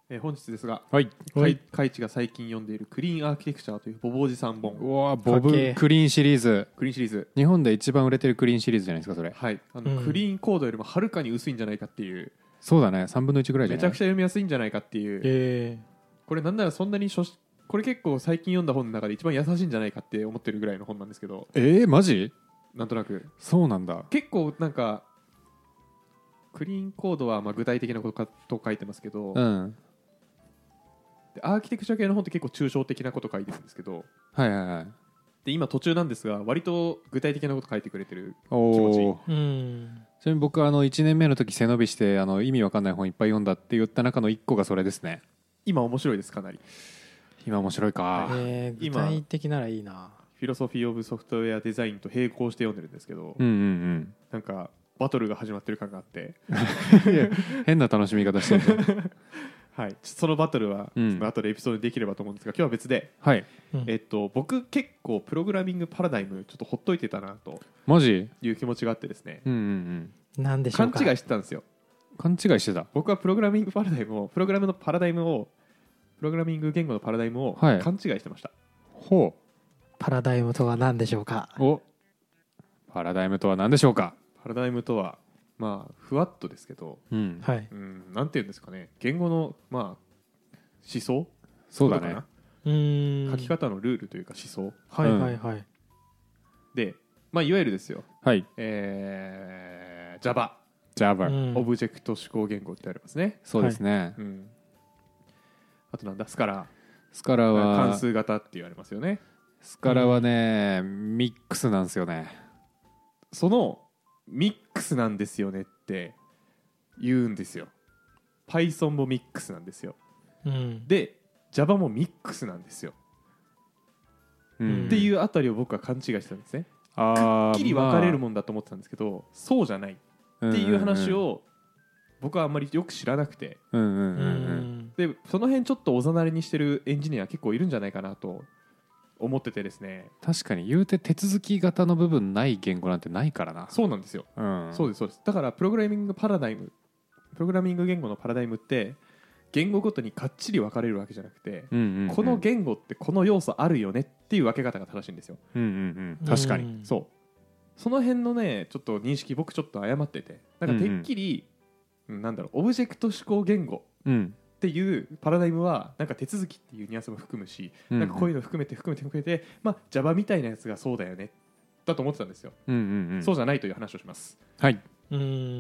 本日ですが、 はい。 カイチが最近読んでいるクリーンアーキテクチャーというボブおじさん本、 うわボブクリーンシリーズ。 クリーンシリーズ、 日本で一番売れてるクリーンシリーズじゃないですかそれ。 はい、クリーンコードよりもはるかに薄いんじゃないかっていう、 そうだね、3分の1ぐらいじゃない。 めちゃくちゃ読みやすいんじゃないかっていう、これなんならそんなにこれ結構最近読んだ本の中で一番優しいんじゃないかって思ってるぐらいの本なんですけど、 マジ？ なんとなくそうなんだ。 結構なんかクリーンコードはまあ具体的なことと書いてますけど、 うん。 でアーキテクチャ系の本って結構抽象的なこと書いてるんですけど、 はいはいはい。 で今途中なんですが割と具体的なこと書いてくれてる気お持ちいい。 お。ちなみに僕1年目の時背伸びして意味わかんない本いっぱい読んだって言った中の1個がそれですね。 今面白いですかなり。 今面白いか。 具体的ならいいな。 フィロソフィー・オブ・ソフトウェア・デザインと並行して読んでるんですけど、 うんうんうん。 なんかバトルが始まってる感があって変な楽しみ方してるはい、そのバトルは、後でエピソードできればと思うんですが、今日は別で、 はい。 僕結構プログラミングパラダイムちょっとほっといてたなとマジ？ いう気持ちがあってですね、 なんでしょうか。 勘違いしてたんですよ。 勘違いしてた。 僕はプログラミング言語のパラダイムをはい勘違いしてました。 ほパラダイムとは何でしょうか。 パラダイムとは何でしょうか。 パラダイムとはまあふわっとですけど、 はい。 なんていうんですかね、言語のまあ思想、 そうだね。 書き方のルールというか思想、 はいはいはい。 で、まあいわゆるですよ。 はい。 Java、オブジェクト指向言語ってありますね。 そうですね。 あとなんだ、スカラは関数型って言われますよね。 スカラはね、ミックスなんですよね。 そのミックスなんですよねって言うんですよ。 Python もミックスなんですよ、で Java もミックスなんですよ、っていうあたりを僕は勘違いしてたんですね。くっきり分かれるもんだと思ってたんですけど、そうじゃないっていう話を僕はあんまりよく知らなくて、でその辺ちょっとおざなりにしてるエンジニア結構いるんじゃないかなと思っててですね。 確かに言うて手続き型の部分ない言語なんてないからな。 そうなんですよ、そうですそうです。だからプログラミング言語のパラダイムって言語ごとにかっちり分かれるわけじゃなくて、この言語ってこの要素あるよねっていう分け方が正しいんですよ。 確かに。 その辺のねちょっと認識僕ちょっと誤ってて、なんかてっきり、なんだろう、オブジェクト指向言語っていうパラダイムはなんか手続きっていうニュアンスも含むし、なんかこういうの含めて、まあ Java みたいなやつがそうだよねだと思ってたんですよ。そうじゃないという話をします。 はい。 って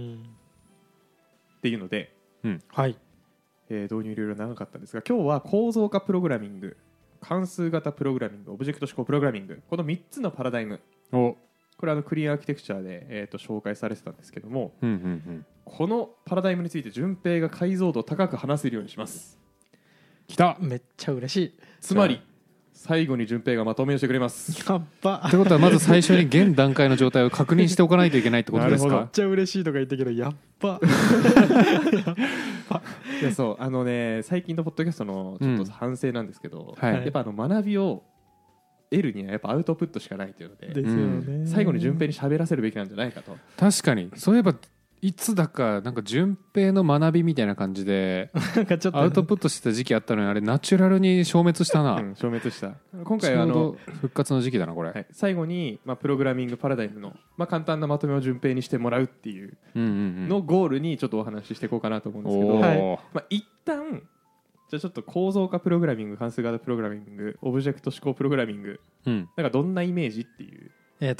いうので、 はい。 導入いろいろ長かったんですが、今日は構造化プログラミング、関数型プログラミング、オブジェクト指向プログラミング、この3つのパラダイム、これクリーンアーキテクチャで、紹介されてたんですけども、このパラダイムについて順平が解像度高く話せるようにします。 きた。 めっちゃ嬉しい。 つまり最後に順平がまとめをしてくれます。 やっば。 ってことはまず最初に現段階の状態を確認しておかないといけないってことですか？ めっちゃ嬉しいとか言ったけどやっば。 いやそう最近のポッドキャストのちょっと反省なんですけど、 やっぱ学びを得るにはやっぱアウトプットしかないというので、 ですよね。 最後に順平に喋らせるべきなんじゃないかと。 確かに。そういえばいつだかなんか順平の学びみたいな感じでなんかちょっとアウトプットしてた時期あったのに、あれナチュラルに消滅したな。 消滅した。今回はちょうど復活の時期だなこれ。 最後にプログラミングパラダイムの簡単なまとめを順平にしてもらうっていうのゴールにちょっとお話ししていこうかなと思うんですけど、一旦じゃあちょっと構造化プログラミング、関数型プログラミング、オブジェクト指向プログラミング、なんかどんなイメージっていう。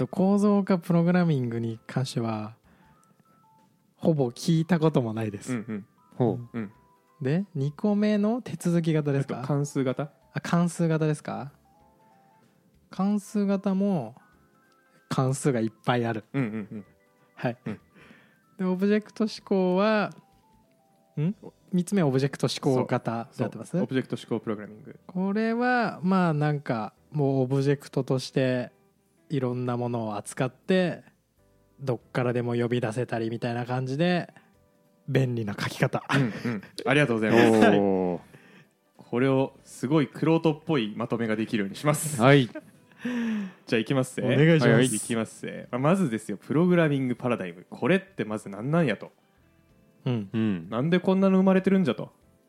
構造化プログラミングに関してはほぼ聞いたこともないです。で2個目の手続き型ですか？ 関数型。 関数型ですか？関数型も関数がいっぱいある。はい。でオブジェクト指向は3つ目はオブジェクト指向型になってます。 オブジェクト指向プログラミング、 これはまあなんかもうオブジェクトとしていろんなものを扱ってどっからでも呼び出せたりみたいな感じで便利な書き方。 ありがとうございます。これをすごい玄人っぽいまとめができるようにします。 はい。 じゃあいきますね。 お願いします。 いきますね。まずですよ、プログラミングパラダイム、これってまず何なんやと、なんでこんなの生まれてるんじゃと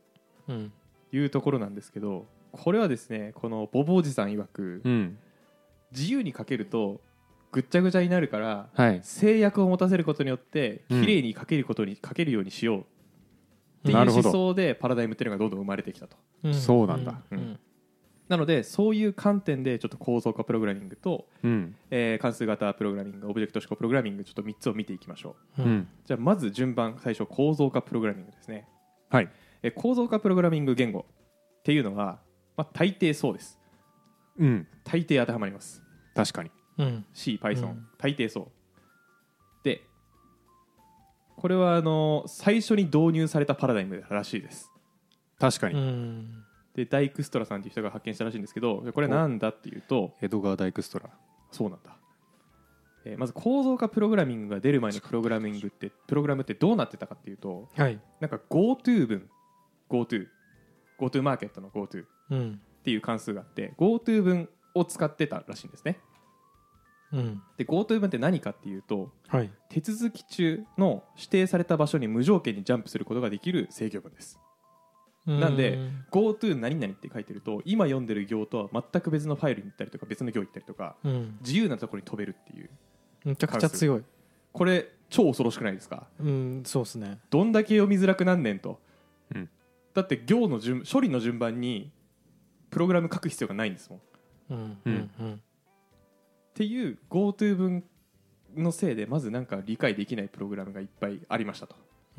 いうところなんですけど、これはですね、このボブおじさん曰く、自由に書けるとぐっちゃぐちゃになるから、 はい、 制約を持たせることによって綺麗に書けることに書けるようにしようっていう思想でパラダイムっていうのがどんどん生まれてきたと。 そうなんだ。 なのでそういう観点でちょっと構造化プログラミングと、関数型プログラミング、オブジェクト指向プログラミング、ちょっと3つを見ていきましょう。じゃあまず順番、最初構造化プログラミングですね。 はい。 構造化プログラミング言語っていうのは、大抵そうです。大抵当てはまります。 確かに。 C、Python、大抵そうで、これは最初に導入されたパラダイムらしいです。 確かに。 でダイクストラさんという人が発見したらしいんですけど、これなんだっていうと、 エドガー・ダイクストラ。 そうなんだ。まず構造化プログラミングが出る前のプログラムってどうなってたかっていうと、なんか GoTo 分 GoTo マーケットの GoTo っていう関数があって、 GoTo 分を使ってたらしいんですね。で GoTo 分って何かっていうと、手続き中の指定された場所に無条件にジャンプすることができる制御文です。なんで GoTo 何々って書いてると、今読んでる行とは全く別のファイルに行ったりとか別の行行ったりとか、自由なところに飛べるっていう。 めちゃくちゃ強い。 これ超恐ろしくないですか？ そうですね。 どんだけ読みづらくなんねんと。だって行の処理の順番にプログラム書く必要がないんですもん。っていう GoTo 文のせいで、まずなんか理解できないプログラムがいっぱいありましたと。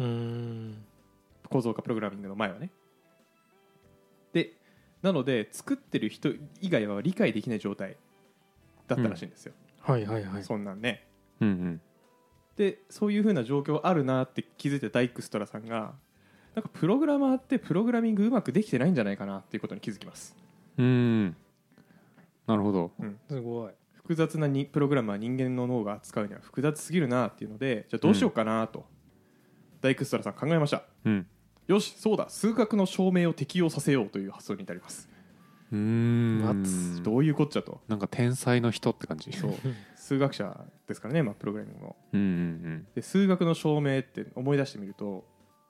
構造化プログラミングの前はね。でなので作ってる人以外は理解できない状態だったらしいんですよ。そんなんね。でそういう風な状況あるなって気づいたダイクストラさんが、なんかプログラマーってプログラミングうまくできてないんじゃないかなっていうことに気づきます。 なるほど。 すごい複雑なプログラムは人間の脳が扱うには複雑すぎるなっていうので、じゃあどうしようかなと、ダイクストラさん考えました。よし、そうだ、数学の証明を適用させようという発想に至ります。どういうこっちゃと。 なんか天才の人って感じ。 そう数学者ですからね、プログラミングも。で数学の証明って思い出してみると、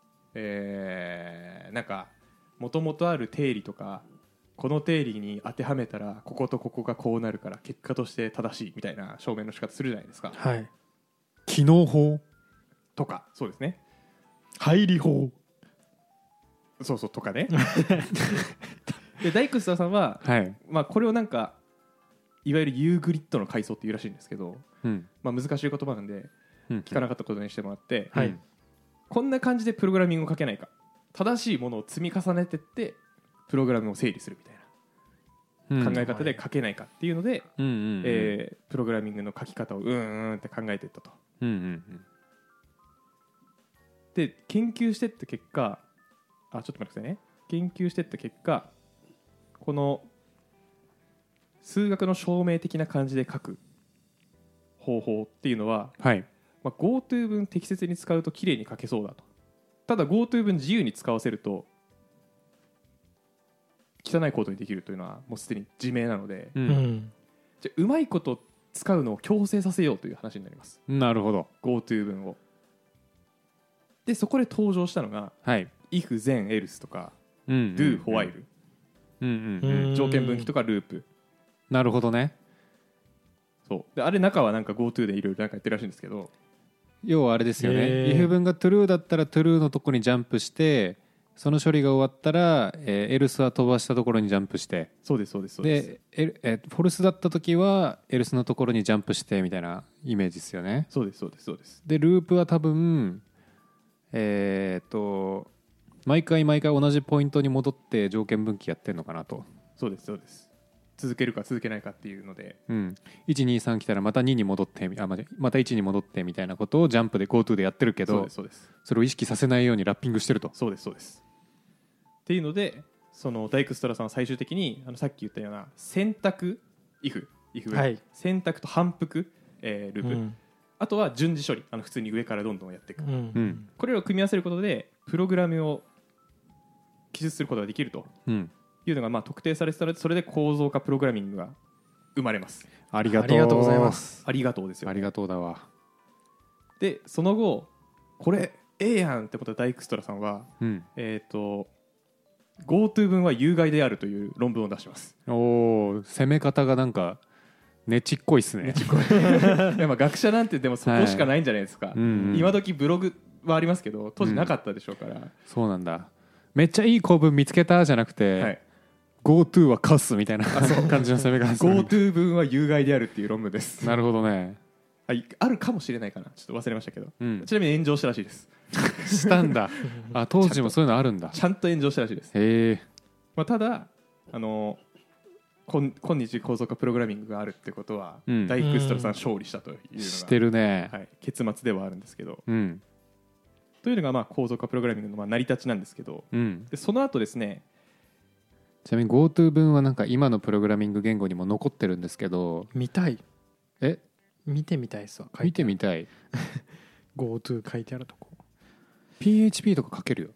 なんかもともとある定理とか、この定理に当てはめたらこことここがこうなるから結果として正しいみたいな証明の仕方するじゃないですか。 機能法とか、そうですね、 配理法、 そうとかねでダイクスターさんは、これをなんかいわゆるユーグリッドの階層っていうらしいんですけど、難しい言葉なんで聞かなかったことにしてもらって、こんな感じでプログラミングを書けないか、正しいものを積み重ねてってプログラムを整理するみたいな考え方で書けないかっていうので、プログラミングの書き方をって考えていったと。で研究していった結果、ちょっと待ってくださいね。研究していった結果、この数学の証明的な感じで書く方法っていうのは、GoTo 文適切に使うときれいに書けそうだと。ただ GoTo 文自由に使わせると汚いコードにできるというのはもうすでに自明なので、じゃうまいこと使うのを強制させようという話になります。 なるほど。 GoTo 文を。でそこで登場したのが、if then else とか、do for while、条件分岐とかループ。 なるほどね。 そうで、あれ中はなんか GoTo でいろいろなんかやってるらしいんですけど、 要はあれですよね、if 文が true だったら true のところにジャンプして、その処理が終わったら、else は飛ばしたところにジャンプして、 そうですで、false だった時は else のところにジャンプしてみたいなイメージですよね。 そうです。 でループは多分毎回同じポイントに戻って条件分岐やってるのかなと。 そうです続けるか続けないかっていうので、 123来たらまた2に戻ってまた1に戻ってみたいなことをジャンプで GoTo でやってるけど、それを意識させないようにラッピングしてると。 そうですっていうので、そのダイクストラさんは最終的にさっき言ったような選択 if、選択と反復、ループ、あとは順次処理、普通に上からどんどんやっていく、これらを組み合わせることでプログラムを記述することができるというのが特定されてたので、それで構造化プログラミングが生まれます。 ありがとうございます。 ありがとうですよ。 ありがとうだわ。 でその後これええやんってことでダイクストラさんは、 GoTo 分は有害であるという論文を出します。 おお、攻め方がなんかねちっこいっすね。 いや、まあ学者なんてでもそこしかないんじゃないですか、はい、今時ブログはありますけど当時なかったでしょうから、 そうなんだ。めっちゃいい構文見つけたじゃなくて、はい、GoTo はカスみたいな感じの攻め方。 GoTo 分は有害であるっていう論文です。 なるほどね。 あるかもしれないかな、ちょっと忘れましたけど、ちなみに炎上したらしいです。 したんだ。あ、当時もそういうのあるんだ。 ちゃんと炎上したらしいです。 へえ。 まあ、ただ今日構造化プログラミングがあるってことは、ダイクストラさん勝利したというのがしてるね、 はい、結末ではあるんですけど、というのがまあ構造化プログラミングのまあ成り立ちなんですけど、でその後ですね、 ちなみに GoTo 文はなんか今のプログラミング言語にも残ってるんですけど、 見たい。 え、 見てみたいっすわ。 見てみたい。 GoTo 書いてあるとこ PHP とか書けるよ。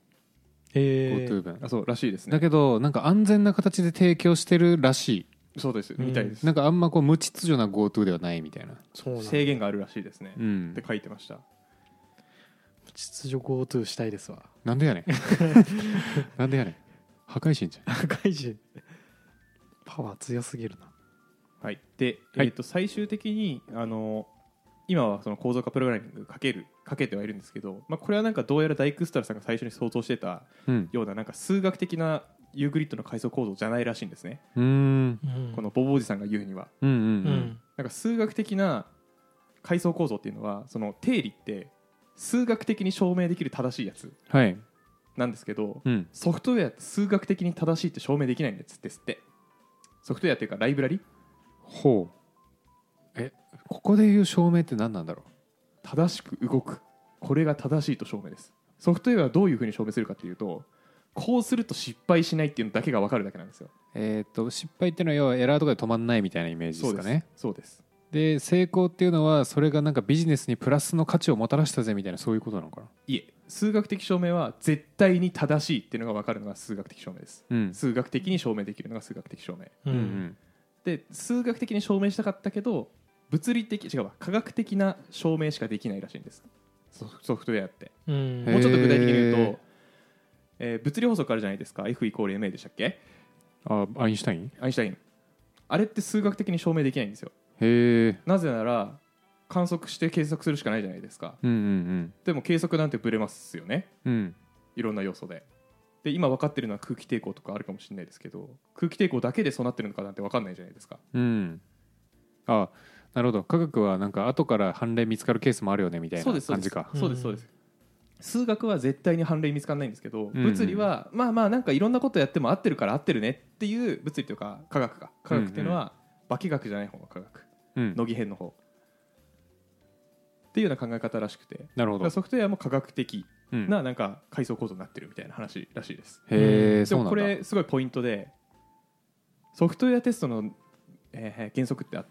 GoTo 文。あ、そうらしいですね。 だけどなんか安全な形で提供してるらしい。 そうです、みたいです。 なんかあんまこう無秩序な GoTo ではないみたいな。 制限があるらしいですね、って書いてました。 無秩序 GoTo したいですわ。 なんでやねん。なんでやねん。破壊神じゃん。 破壊神。パワー強すぎるな。 はい。で、最終的に今はその構造化プログラミングかけてはいるんですけど、まあ、これはなんかどうやらダイクストラさんが最初に想像してたような、なんか数学的なユークリッドの階層構造じゃないらしいんですね。このボブおじさんが言うには、なんか数学的な階層構造っていうのはその定理って数学的に証明できる正しいやつなんですけど、ソフトウェアって数学的に正しいって証明できないんですって。ソフトウェアっていうかライブラリ。 ほう。ここでいう証明って何なんだろう。 正しく動く、これが正しいと証明です。ソフトウェアはどういうふうに証明するかというと、こうすると失敗しないっていうのだけが分かるだけなんですよ。 失敗っていうのは要はエラーとかで止まんないみたいなイメージですかね。 そうです。 で成功っていうのはそれがなんかビジネスにプラスの価値をもたらしたぜみたいな、そういうことなのかな。 いえ、数学的証明は絶対に正しいっていうのが分かるのが数学的証明です、数学的に証明できるのが数学的証明、で数学的に証明したかったけど物理的科学的な証明しかできないらしいんです、ソフトウェアって。もうちょっと具体的に言うと、物理法則あるじゃないですか。 F イコール ma でしたっけ。 アインシュタイン。 あれって数学的に証明できないんですよ。なぜなら観測して計測するしかないじゃないですか、でも計測なんてブレますよね、いろんな要素で。今分かってるのは空気抵抗とかあるかもしれないですけど、空気抵抗だけでそうなってるのかなんて分かんないじゃないですか。 なるほど。科学はなんか後から判例見つかるケースもあるよねみたいな感じか。 そうです。数学は絶対に判例見つかんないんですけど、物理はまあまあなんかいろんなことやっても合ってるから合ってるねっていう、物理というか科学っていうのは化学じゃない方の科学、乃木編の方っていうような考え方らしくて、 なるほど。 ソフトウェアも科学的ななんか階層構造になってるみたいな話らしいです。 でもこれすごいポイントで、ソフトウェアテストの、原則ってあって、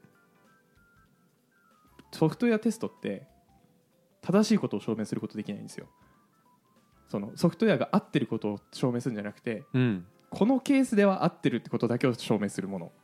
ソフトウェアテストって正しいことを証明することできないんですよ。そのソフトウェアが合ってることを証明するんじゃなくて、このケースでは合ってるってことだけを証明するもの。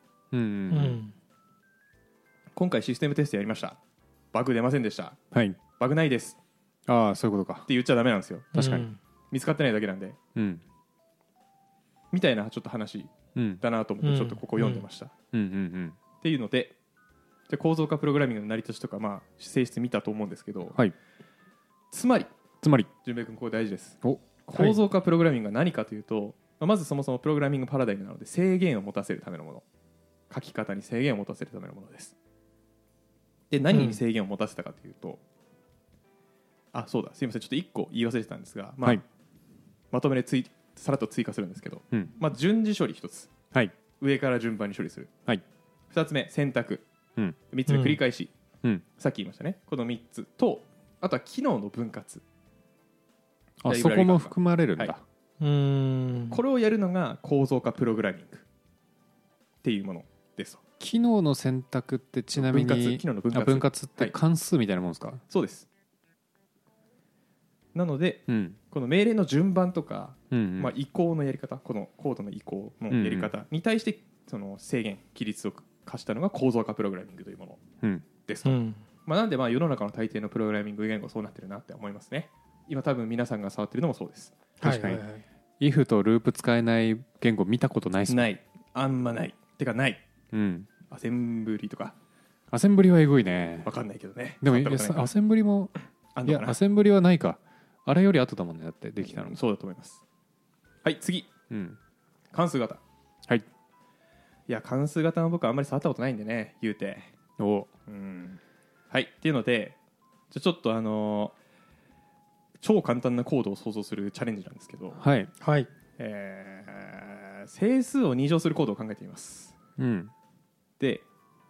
今回システムテストやりました。バグ出ませんでした。バグないです。 そういうことかって言っちゃダメなんですよ。 確かに、 見つかってないだけなんで、みたいなちょっと話だなと思ってちょっとここ読んでました。っていうので、じゃ構造化プログラミングの成り立ちとか、まあ性質見たと思うんですけど、つまり純平君、ここ大事です。構造化プログラミングが何かというと、まずそもそもプログラミングパラダイムなので制限を持たせるためのもの、書き方に制限を持たせるためのものです。で何に制限を持たせたかというと、そうだ、すいません、ちょっと1個言い忘れてたんですが、まとめでさらっと追加するんですけど、順次処理1つ、上から順番に処理する、2つ目選択、3つ目繰り返し、さっき言いましたね、この3つと、あとは機能の分割、 そこも含まれるんだ、 これをやるのが構造化プログラミングっていうものです。 機能の選択ってちなみに機能の分割って関数みたいなもんですか。 そうです。なので、この命令の順番とか、移行のやり方、このコードの移行のやり方に対してその制限規律を課したのが構造化プログラミングというものですと。なんで世の中の大抵のプログラミング言語そうなってるなって思いますね。今多分皆さんが触ってるのもそうです。 確かに。 if とループ使えない言語見たことないっすね。 ない、あんまない、てかない。 うん。 アセンブリとかアセンブリはえぐいね。 わかんないけどね。 でも使ったことないからアセンブリもいやアセンブリはないか。あれより後だもんね、だってできたの。 そうだと思います。はい、次、 うん。 関数型。 はい。 いや、関数型は僕はあんまり触ったことないんでね、言うて。 お、 うん。はい、っていうので、じゃちょっと超簡単なコードを想像するチャレンジなんですけど、 はいはい。 整数を2乗するコードを考えてみます。 うん。 で、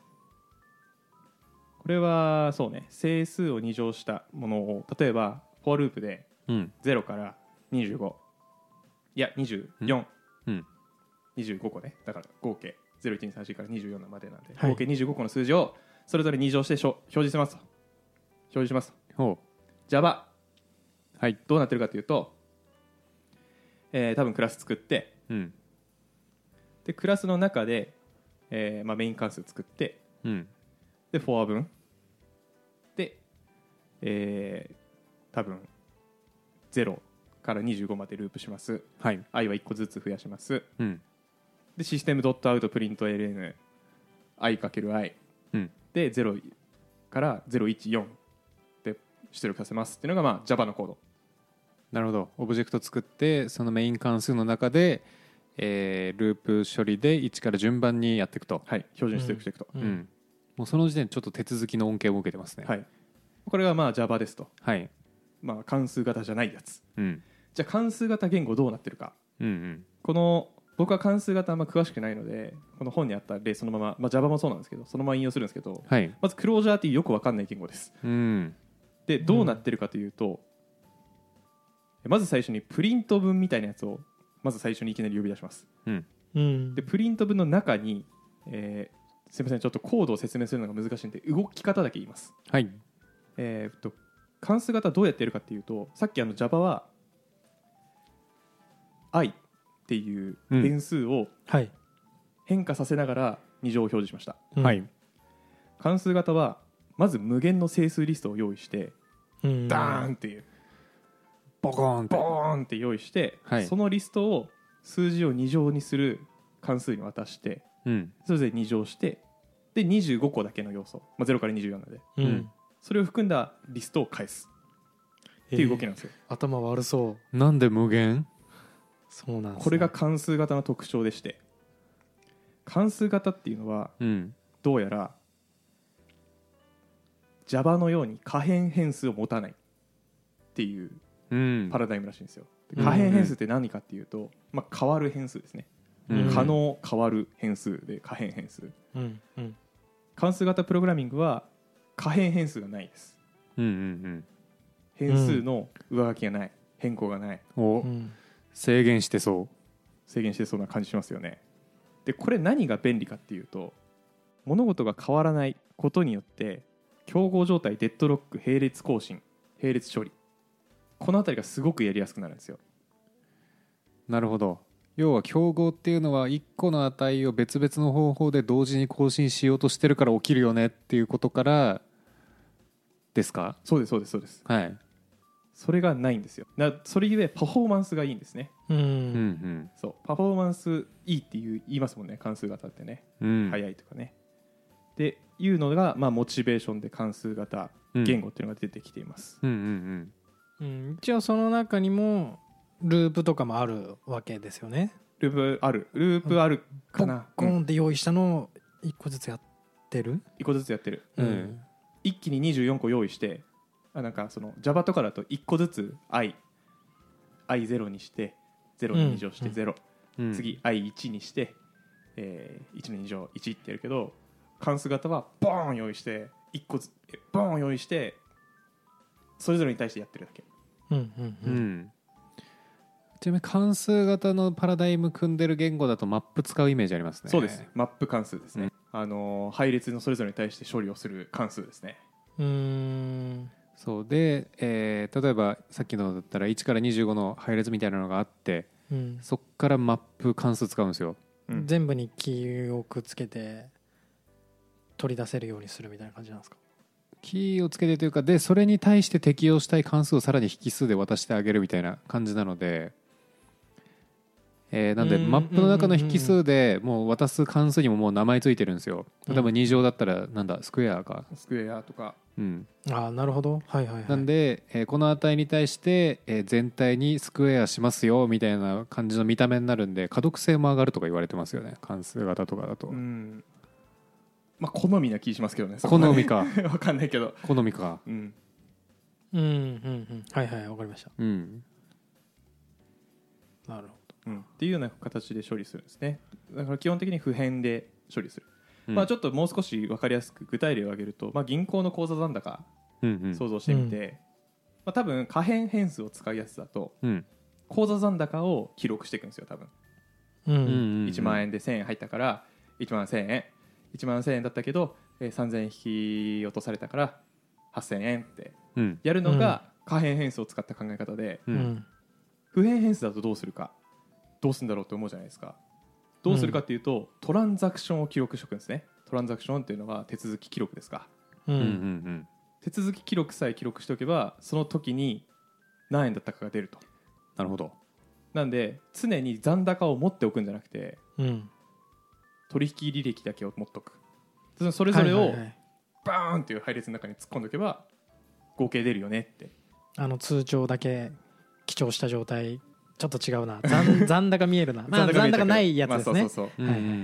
これはそうね、整数を2乗したものを、例えばフォアループで0から25、いや24、 うん、 25個ね、だから合計0123から24までなんで、 はい、 合計25個の数字をそれぞれ2乗して表示しますと。表示しますと。 ほう。 Java、 はい、 どうなってるかというと、多分クラス作って、 うん、 でクラスの中で、メイン関数作って、 うん、 でフォア分で、多分0から25までループします。 はい、 i は1個ずつ増やします。 うん、 でシステムドットアウトプリント ln i×i、 うん、 で0から014で出力させますっていうのが、まあ、Java のコード。 なるほど。オブジェクト作ってそのメイン関数の中で、ループ処理で1から順番にやっていくと。 はい、標準出力していくと、 うん、もうその時点でちょっと手続きの恩恵を受けてますね。 はい、これがまあ Java ですと。 はい、 まあ、関数型じゃないやつ、 うん、 じゃあ関数型言語どうなってるか、 うんうん、 この僕は関数型あんま詳しくないのでこの本にあった例そのまま、まあ、Java もそうなんですけどそのまま引用するんですけど、 はい、 まずクロージャーっていうよく分かんない言語です、 うん、 でどうなってるかというと、まず最初にプリント文みたいなやつをまず最初にいきなり呼び出します、 うん、 でプリント文の中に、すみませんちょっとコードを説明するのが難しいんで動き方だけ言います。 はい、 関数型どうやってやるかっていうと、さっきJava は i っていう変数を変化させながら2乗を表示しました、 はい、 関数型はまず無限の整数リストを用意して、ダーンっていうボコーンって用意して、 はい、 そのリストを数字を2乗にする関数に渡して、それぞれ2乗してで25個だけの要素、まあ、0から24なので、それを含んだリストを返すっていう動きなんですよ、 頭悪そう。 なんで無限？ そうなんですね。 これが関数型の特徴でして、関数型っていうのは、どうやら Java のように可変変数を持たないっていうパラダイムらしいんですよ。可変変数って何かっていうと、まあ、変わる変数ですね、可能変わる変数で可変変数、関数型プログラミングは可変変数がないです、変数の上書きがない、変更がない、 制限してそうな感じしますよね。でこれ何が便利かっていうと、物事が変わらないことによって競合状態、デッドロック、並列更新、並列処理、このあたりがすごくやりやすくなるんですよ。 なるほど。要は競合っていうのは1個の値を別々の方法で同時に更新しようとしてるから起きるよねっていうことからですか？ そうですそうですそうです、 はい、 それがないんですよ。それゆえパフォーマンスがいいんですね。そうパフォーマンスいいって言いますもんね、関数型ってね、早いとかねっていうのが、まあ、モチベーションで関数型言語っていうのが出てきています、 一応その中にもループとかもあるわけですよね。 ループあるかな、 ポッコンって用意したのを1個ずつやってる、 1個ずつやってる、一気に24個用意して、なんかその Java とかだと1個ずつ i0 にして0に2乗して0、次 i1 にして、1の2乗1ってやるけど、関数型はボーン用意して1個ずつボーン用意してそれぞれに対してやってるだけ。 ちなみに関数型のパラダイム組んでる言語だとマップ使うイメージありますね。 そうです、マップ関数ですね、配列のそれぞれに対して処理をする関数ですね。 そうで、例えばさっきのだったら1から25の配列みたいなのがあって、そっからマップ関数使うんですよ、 全部にキーをくっつけて取り出せるようにするみたいな感じなんですか？ キーをつけてというか、でそれに対して適用したい関数をさらに引数で渡してあげるみたいな感じなので、 なんでマップの中の引数でもう渡す関数にももう名前ついてるんですよ。例えば2乗だったらなんだスクエアか、 スクエアとか、 あ、なるほど、はいはいはい。 なんで、この値に対して、全体にスクエアしますよみたいな感じの見た目になるんで、可読性も上がるとか言われてますよね、関数型とかだと。 まあ好みな気しますけどね。 好みか分かんないけど、 好みか、 はいはい、わかりました。なるほど、 っていうような形で処理するんですね。だから基本的に不変で処理する。まあ、ちょっともう少し分かりやすく具体例を挙げると、まあ、銀行の口座残高想像してみて、まあ、多分可変変数を使うやつだと、口座残高を記録していくんですよ多分。1万円で1000円入ったから1万1000円、1万1000円だったけど、3000円引き落とされたから8000円ってやるのが可変変数を使った考え方で、不変変数だとどうするか、どうするんだろうって思うじゃないですか。どうするかっていうと、トランザクションを記録しておくんですね。トランザクションっていうのは手続き記録ですか。手続き記録さえ記録しておけばその時に何円だったかが出ると。 なるほど。 なんで常に残高を持っておくんじゃなくて、取引履歴だけを持っておく。それぞれをバーンっていう配列の中に突っ込んでおけば合計出るよねって。 通帳だけ記帳した状態ちょっと違うな、残高見えるな、まあ、残高ないやつですね。って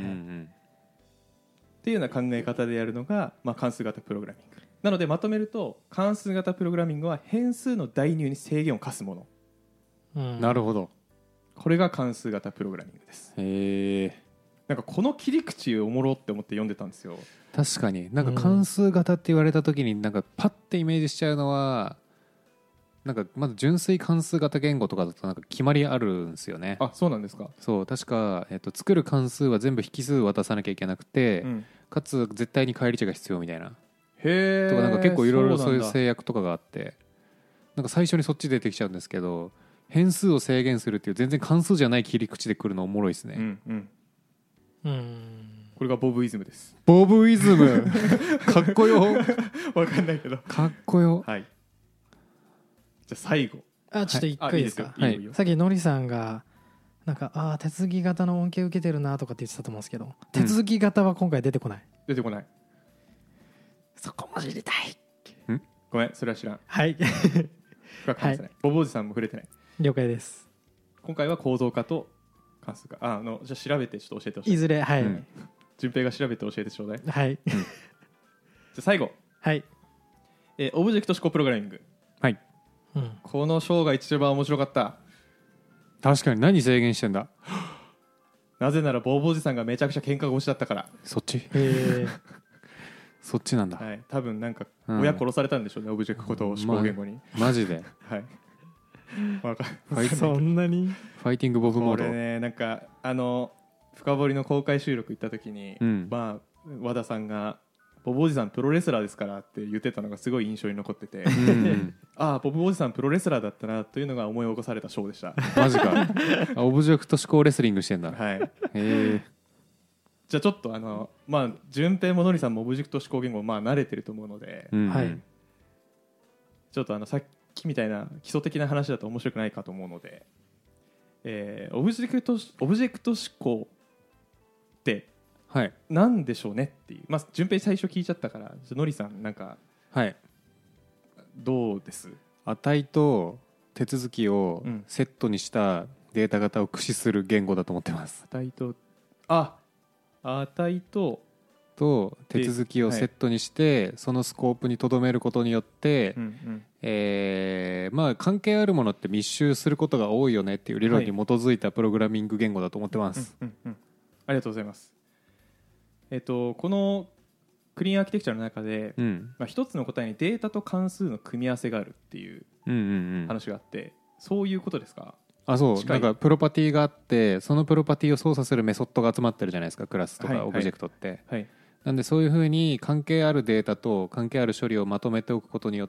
いうような考え方でやるのが、まあ、関数型プログラミングなので、まとめると関数型プログラミングは変数の代入に制限を課すもの、なるほど。 これが関数型プログラミングです。 へえ。 なんかこの切り口おもろって思って読んでたんですよ。 確かになんか関数型って言われた時になんかパッてイメージしちゃうのは、なんかまず純粋関数型言語とかだとなんか決まりあるんですよね。 あ、そうなんですか。 そう確か、作る関数は全部引数渡さなきゃいけなくて、かつ絶対に返り値が必要みたいな。 へー。 とかなんか結構いろいろそういう制約とかがあって、なんか最初にそっち出てきちゃうんですけど、変数を制限するっていう全然関数じゃない切り口で来るのおもろいですね。 これがボブイズムです。 ボブイズムかっこよわかんないけどかっこよ。 はい。じゃあ最後、 ちょっと一回いいですか。 いいですよ。 さっきのりさんがなんか手続き型の恩恵受けてるなとかって言ってたと思うんですけど、手続き型は今回出てこない。 出てこない。 そこも知りたい。 ごめん、それは知らん。 はい。 深く話せない。ボブおじさんも触れてない。 了解です。 今回は構造化と関数化、じゃあ調べてちょっと教えてほしい。 いずれ、はい。 順平が調べて教えてちょうだい。 はい。 じゃあ最後、 はい。 オブジェクト指向プログラミング。 はい。 この章が一番面白かった。 確かに何制限してんだ。 なぜならボーボおじさんがめちゃくちゃ喧嘩腰だったから。 そっち。そっちなんだ。 はい。多分なんか親殺されたんでしょうね、オブジェクト指向言語に。 マジで。 はい。 そんなにファイティングボブモード。 これね、なんか深掘りの公開収録行った時に、まあ和田さんがボブおじさんプロレスラーですからって言ってたのがすごい印象に残ってて、ああボブおじさんプロレスラーだったなというのが思い起こされたショーでした。 マジか。オブジェクト指向レスリングしてんだ。 はい。 へえ。 じゃあちょっとまあ順平ものりさんもオブジェクト指向言語まあ慣れてると思うので、 はい。 ちょっとさっきみたいな基礎的な話だと面白くないかと思うので、オブジェクト指向ってなんでしょうねっていう、まあ順平最初聞いちゃったから、のりさんなんか、 はい、 どうです？ 値と手続きをセットにしたデータ型を駆使する言語だと思ってます。 値と手続きをセットにして、そのスコープにとどめることによって、まあ関係あるものって密集することが多いよねっていう理論に基づいたプログラミング言語だと思ってます。 ありがとうございます。このクリーンアーキテクチャの中で、一つの答えにデータと関数の組み合わせがあるっていう話があって、そういうことですか？ そうなんかプロパティがあって、そのプロパティを操作するメソッドが集まってるじゃないですか、クラスとかオブジェクトって、なんでそういうふうに関係あるデータと関係ある処理をまとめておくことによって、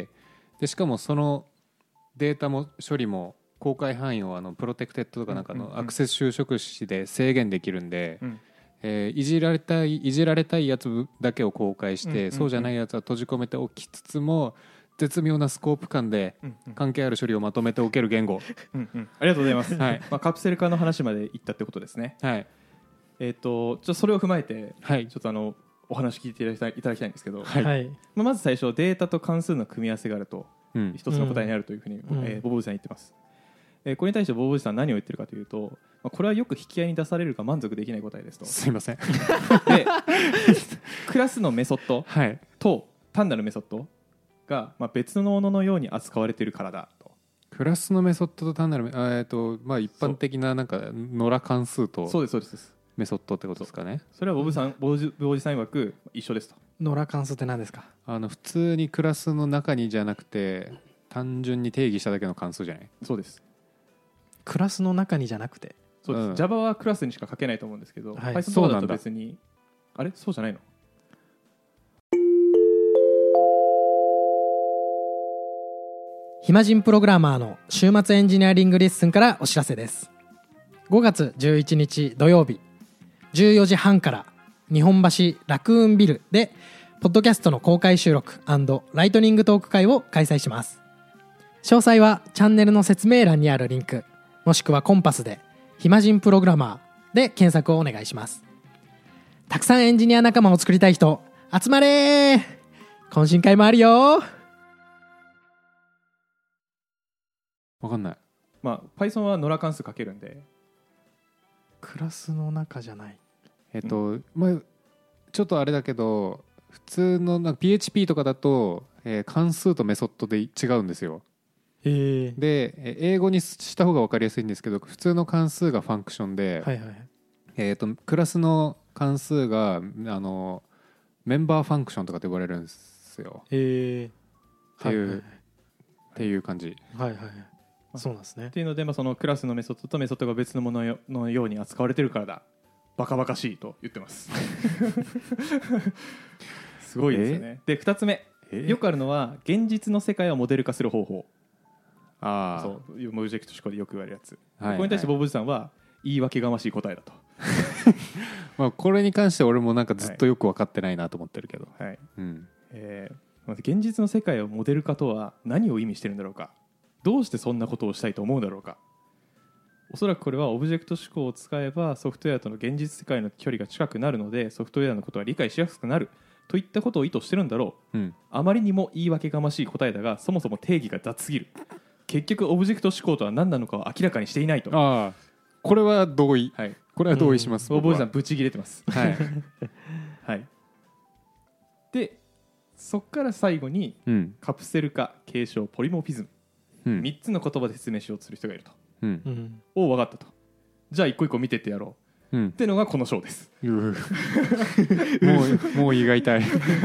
でしかもそのデータも処理も公開範囲をプロテクテッドとかなんかのアクセス収縮子で制限できるんで、いじられたいやつだけを公開して、そうじゃないやつは閉じ込めておきつつも絶妙なスコープ感で関係ある処理をまとめておける言語。 ありがとうございます、はい。カプセル化の話までいったってことですね。はい。それを踏まえて、はい、ちょっとお話聞いていただきたいんですけど、はい、まず最初データと関数の組み合わせがあると、一つの答えにあるというふうに、ボボおじさん言ってます。これに対してボボおじさん何を言ってるかというと、これはよく引き合いに出されるが満足できない答えですと。 すいません。 でクラスのメソッドと単なるメソッドが、別のもののように扱われているからだと。 クラスのメソッドと単なる一般的ななんか野良関数とそうですメソッドってことですかね。 それはボブおじさん曰く一緒ですと。 野良関数って何ですか。 普通にクラスの中にじゃなくて単純に定義しただけの関数じゃない。 そうです。 クラスの中にじゃなくて。 そうです、Java はクラスにしか書けないと思うんですけど、はい、Python とかだと別にあれそうじゃないの。 暇人プログラマーの週末エンジニアリングレッスンからお知らせです。5月11日土曜日14時半から日本橋ラクーンビルでポッドキャストの公開収録&ライトニングトーク会を開催します。詳細はチャンネルの説明欄にあるリンクもしくはコンパスで暇人プログラマーで検索をお願いします。たくさんエンジニア仲間を作りたい人集まれー。懇親会もあるよ。 分かんない。 Python は野良関数書けるんでクラスの中じゃない。 ちょっとあれだけど普通のPHP とかだと、関数とメソッドで違うんですよ。で英語にした方が分かりやすいんですけど普通の関数がファンクションで、クラスの関数がメンバーファンクションとかって呼ばれるんですよ。っていう感じ。 そうなんですね。 っていうので、そのクラスのメソッドとメソッドが別のもののように扱われてるからだバカバカしいと言ってますすごいですよね。で2つ目、よくあるのは現実の世界をモデル化する方法。そうオブジェクト思考でよく言われるやつ、これに対してボブさんは言い訳がましい答えだとこれに関して俺もなんかずっとよく分かってないなと思ってるけど、 現実の世界をモデル化とは何を意味してるんだろうか。どうしてそんなことをしたいと思うんだろうか。おそらくこれはオブジェクト思考を使えばソフトウェアとの現実世界の距離が近くなるのでソフトウェアのことは理解しやすくなるといったことを意図してるんだろう、あまりにも言い訳がましい答えだがそもそも定義が雑すぎる。結局オブジェクト思考とは何なのかを明らかにしていないと。 これは同意、これは同意します。 ボブさんブチ切れてますでそこから最後に、カプセル化継承ポリモフィズム、3つの言葉で説明しようとする人がいると、分かったと。じゃあ一個一個見てってやろう、っていうのがこの章ですもう胃が痛い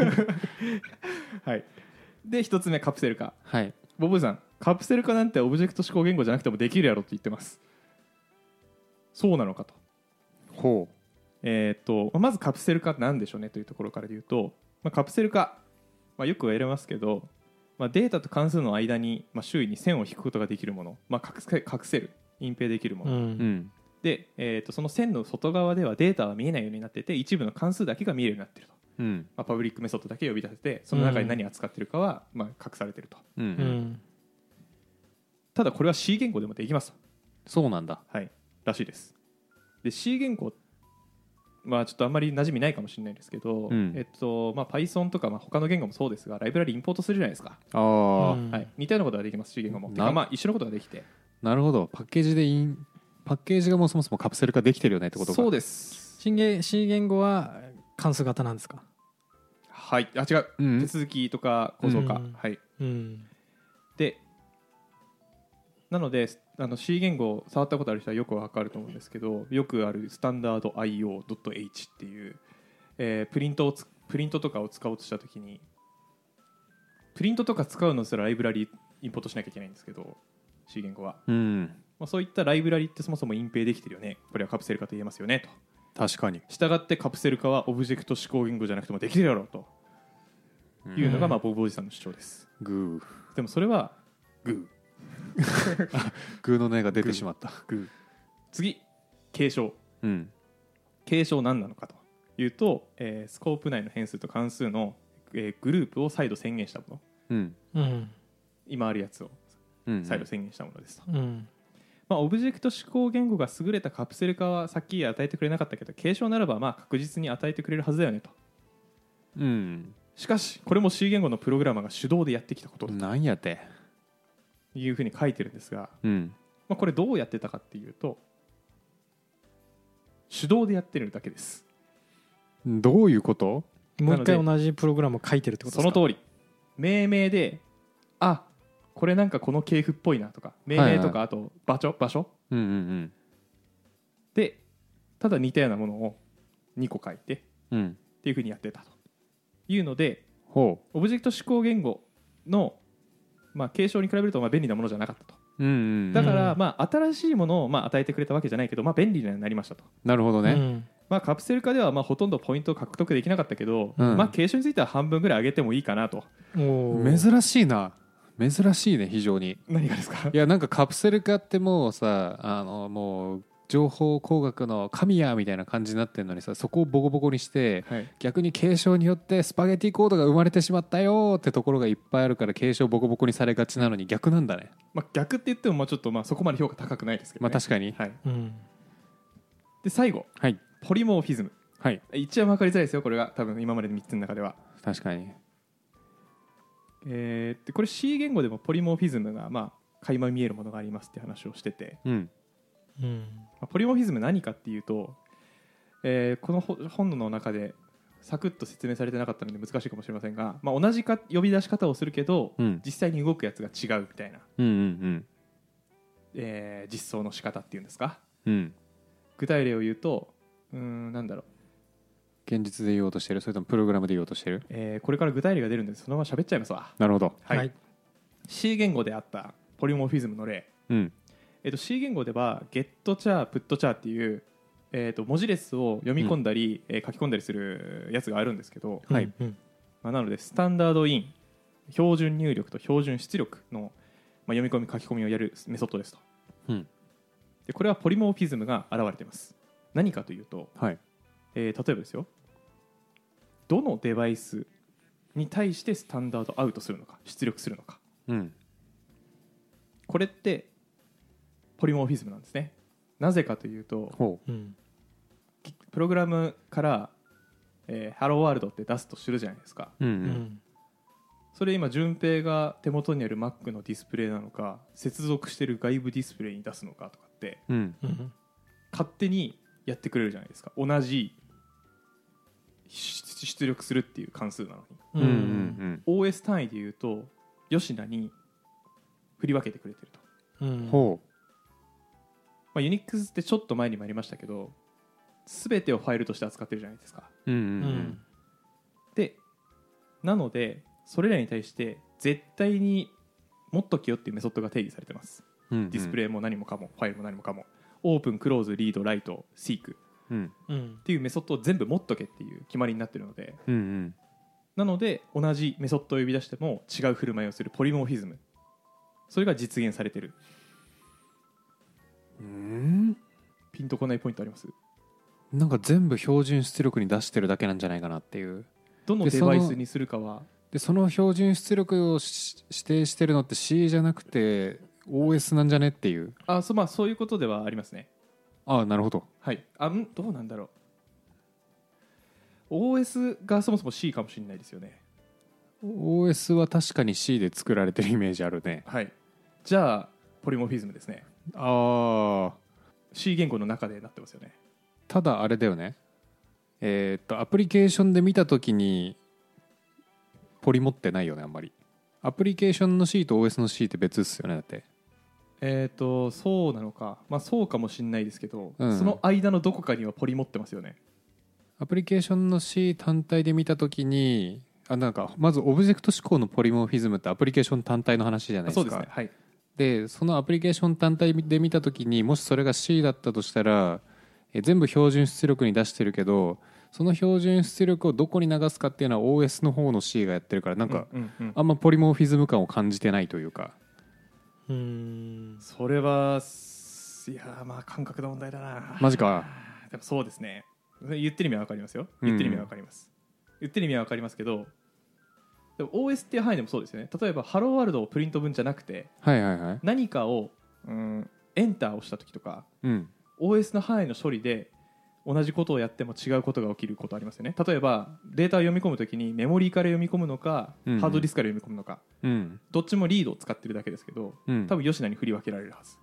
で1つ目カプセル化、ボブさんカプセル化なんてオブジェクト思考言語じゃなくてもできるやろって言ってます。そうなのかと。まずカプセル化って何でしょうねというところから言うと、カプセル化、よく言われますけど、データと関数の間に、周囲に線を引くことができるもの、隠せる隠蔽できるもの、で、その線の外側ではデータは見えないようになってて一部の関数だけが見えるようになっていると、パブリックメソッドだけ呼び出せてその中に何を扱っているかは、隠されていると、ただこれは C 言語でもできますと。 そうなんだ、 らしいです。で C 言語ちょっとあんまり馴染みないかもしれないですけど、Python とか、他の言語もそうですがライブラリインポートするじゃないですか。似たようなことができます。C 言語も一緒のことができて。 なるほど。パッケージがもうそもそもカプセル化できてるよねってことか。 そうです。 C 言語は関数型なんですか。 違う、手続きとか構造化、でなのでC 言語を触ったことある人はよくわかると思うんですけど、よくあるスタンダード IO.H っていう、プリントとかを使おうとしたときにプリントとか使うのすらライブラリインポートしなきゃいけないんですけど C 言語は、そういったライブラリってそもそも隠蔽できてるよね、これはカプセル化と言えますよねと。 確かに。 したがってカプセル化はオブジェクト思考言語じゃなくてもできるだろうというのがボブおじさんの主張です。でもそれはグーの音が出てしまった。 次、継承、継承何なのかというと、スコープ内の変数と関数の、グループを再度宣言したもうん今あるやつを再度宣言したものですと、 うんオブジェクト指向言語が優れたカプセル化はさっき与えてくれなかったけど継承ならば確実に与えてくれるはずだよねと、しかしこれも C 言語のプログラマーが手動でやってきたことだなんやてというふうに書いてるんですが、これどうやってたかっていうと手動でやってるだけです。 どういうこと？ もう一回同じプログラムを書いてるってことですか？ その通り。命名でこれなんかこの系譜っぽいなとか命名とか、あと場所、でただ似たようなものを2個書いて、っていうふうにやってたというので、オブジェクト指向言語の、継承に比べると便利なものじゃなかったと、だから新しいものを与えてくれたわけじゃないけど、便利になりましたと。 なるほどね、 カプセル化ではほとんどポイントを獲得できなかったけど、継承については半分ぐらい上げてもいいかなと。 珍しいな。珍しいね、非常に。 何がですか？ いや、なんかカプセル化ってもうさ、もう情報工学の神やみたいな感じになってるのにさ、そこをボコボコにして、逆に継承によってスパゲティコードが生まれてしまったよってところがいっぱいあるから継承ボコボコにされがちなのに逆なんだね。 逆って言ってもちょっとそこまで評価高くないですけどね。 確かに、 で最後、ポリモーフィズム、一番分かりづらいですよ、これが多分今までの3つの中では。 確かに。 これ C 言語でもポリモーフィズムが垣間見えるものがありますって話をしてて、ポリモーフィズム何かっていうと、この本の中でサクッと説明されてなかったので難しいかもしれませんが、同じ呼び出し方をするけど、実際に動くやつが違うみたいな、実装の仕方っていうんですか、具体例を言うとなんだろう、 現実で言おうとしてる、それともプログラムで言おうとしてる？ これから具体例が出るんでそのまま喋っちゃいますわ。 なるほど、 C 言語であったポリモーフィズムの例、C 言語では getChar、putChar っていう、文字列を読み込んだり、書き込んだりするやつがあるんですけど、なのでスタンダードイン、標準入力と標準出力の、読み込み書き込みをやるメソッドですと、でこれはポリモーフィズムが現れています。何かというと、例えばですよ、どのデバイスに対してスタンダードアウトするのか出力するのか、これってポリモーフィズムなんですね。なぜかというと、プログラムからハローワールドって出すとするじゃないですか、それ今順平が手元にある Mac のディスプレイなのか接続している外部ディスプレイに出すのかとかって、勝手にやってくれるじゃないですか、同じ出力するっていう関数なのに、OS 単位でいうと吉田に振り分けてくれてると、Unix ってちょっと前にもありましたけど全てをファイルとして扱ってるじゃないですか、でなのでそれらに対して絶対に持っときよっていうメソッドが定義されてます、ディスプレイも何もかもファイルも何もかもオープン、クローズ、リード、ライト、シークっていうメソッドを全部持っとけっていう決まりになっているので、なので同じメソッドを呼び出しても違う振る舞いをするポリモーフィズム、それが実現されてる。ピンとこないポイントあります？ なんか全部標準出力に出してるだけなんじゃないかなっていう。 どのデバイスにするかはでその標準出力を指定してるのって C じゃなくて OS なんじゃねっていう。 そういうことではありますね。 なるほど。 どうなんだろう、 OS がそもそも C かもしれないですよね。 OS は確かに C で作られてるイメージあるね。 じゃあポリモーフィズムですね。C 言語の中でなってますよね。 ただあれだよね、アプリケーションで見たときにポリ持ってないよね、あんまり。アプリケーションの C と OS の C って別ですよね、だって。 そうなのか、そうかもしれないですけど、その間のどこかにはポリ持ってますよね。 アプリケーションの C 単体で見たときになんかまずオブジェクト指向のポリモーフィズムってアプリケーション単体の話じゃないですか。 そうですね、 でそのアプリケーション単体で見たときにもしそれが C だったとしたら全部標準出力に出してるけどその標準出力をどこに流すかっていうのは OS の方の C がやってるからなんかあんまポリモーフィズム感を感じてないというか。 それはいや感覚の問題だな。 マジか。 でもそうですね、言ってる意味は分かりますよ。言ってる意味は分かりますけどでも OS っていう範囲でもそうですよね。例えばハローワールドをプリント文じゃなくて、 はいはいはい、 何かをエンターをした時とか、 うん、 OS の範囲の処理で同じことをやっても違うことが起きることありますよね。例えばデータを読み込むときにメモリーから読み込むのか、 うんうん、 ハードディスクから読み込むのか、 うん、 どっちもリードを使ってるだけですけど、 うん、 多分吉野に振り分けられるはず。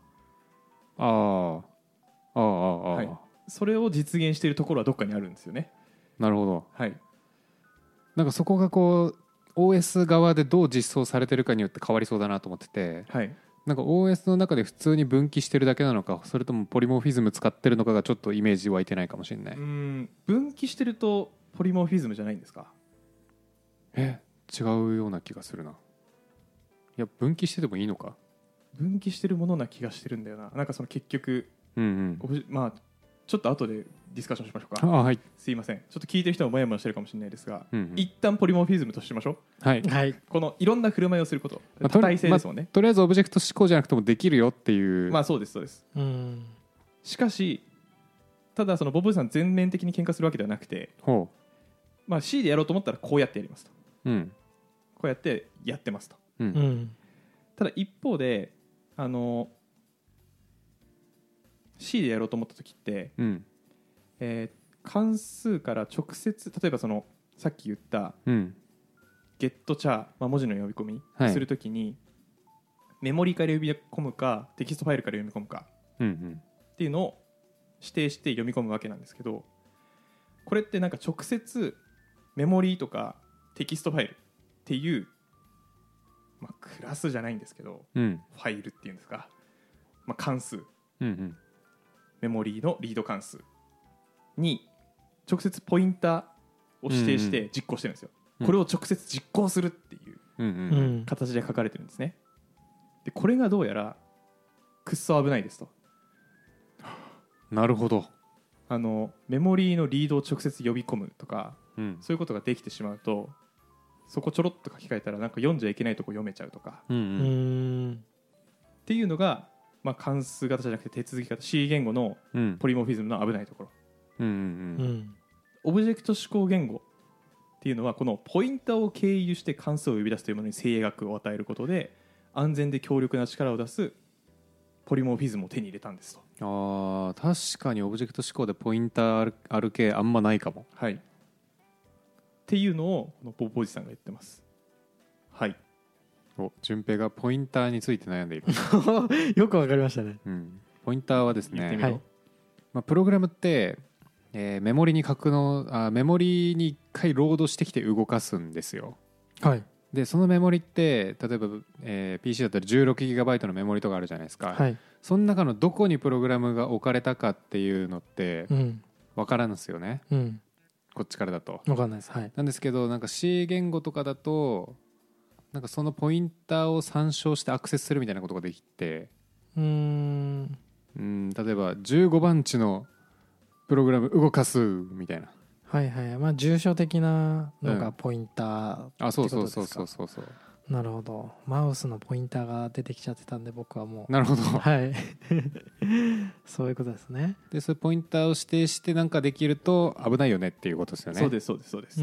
はい、 それを実現しているところはどっかにあるんですよね。 なるほど、 はい、 なんかそこがこう OS 側でどう実装されてるかによって変わりそうだなと思ってて、 はい、 なんか OS の中で普通に分岐してるだけなのか、それともポリモフィズム使ってるのかがちょっとイメージ湧いてないかもしれない。 分岐してるとポリモフィズムじゃないんですか？ 違うような気がするな。いや分岐しててもいいのか。 分岐してるものな気がしてるんだよな。なんかその結局、まあちょっと後でディスカッションしましょうか。 はい、すいません、ちょっと聞いてる人はもやもやしてるかもしれないですが、 うんうん、 一旦ポリモフィズムとしましょう。 はい、はい、 このいろんな振る舞いをすること、多体性ですもんね。 とりあえずオブジェクト思考じゃなくてもできるよっていう。 まあそうですそうです。しかしただそのボブさん全面的に喧嘩するわけではなくて、まあ、C でやろうと思ったらこうやってやりますと、 うん、 こうやってやってますと、 うん、 ただ一方でC でやろうと思った時って、 うん、 関数から直接例えばそのさっき言った、ゲットチャー、まあ、文字の呼び込みするときに、メモリから呼び込むかテキストファイルから読み込むかっていうのを指定して読み込むわけなんですけど、これってなんか直接メモリとかテキストファイルっていう、まあ、クラスじゃないんですけど、ファイルっていうんですか、まあ、関数、メモリのリード関数に直接ポインターを指定して実行してるんですよ。これを直接実行するっていう形で書かれてるんですね。でこれがどうやらくっそ危ないですと。 なるほど。 メモリーのリードを直接呼び込むとか、そういうことができてしまうと、そこちょろっと書き換えたらなんか読んじゃいけないとこ読めちゃうとか、っていうのが、まあ、関数型じゃなくて手続き型 C 言語のポリモフィズムの危ないところ。オブジェクト指向言語っていうのはこのポインターを経由して関数を呼び出すというものに制約を与えることで安全で強力な力を出すポリモフィズムを手に入れたんですと。 確かにオブジェクト指向でポインターある系あんまないかも。 はい。っていうのをこのボボジさんが言ってます。はい。 順平がポインターについて悩んでいるよくわかりましたね、 ポインターはですね、まあ、プログラムって、メモリにメモリに1回ロードしてきて動かすんですよ。 はい。 でそのメモリって例えば、PC だったら 16GB のメモリとかあるじゃないですか、その中のどこにプログラムが置かれたかっていうのって分からんですよね、こっちからだと分かんないです、 なんですけどなんか C 言語とかだとなんかそのポインターを参照してアクセスするみたいなことができて、例えば15番地のプログラム動かすみたいな、 まあ住所的なのがポインターってことですか。 そうなるほど。マウスのポインターが出てきちゃってたんで僕はもう。 なるほど。 そういうことですね。 でそういうポインターを指定してなんかできると危ないよねっていうことですよね。 そうです。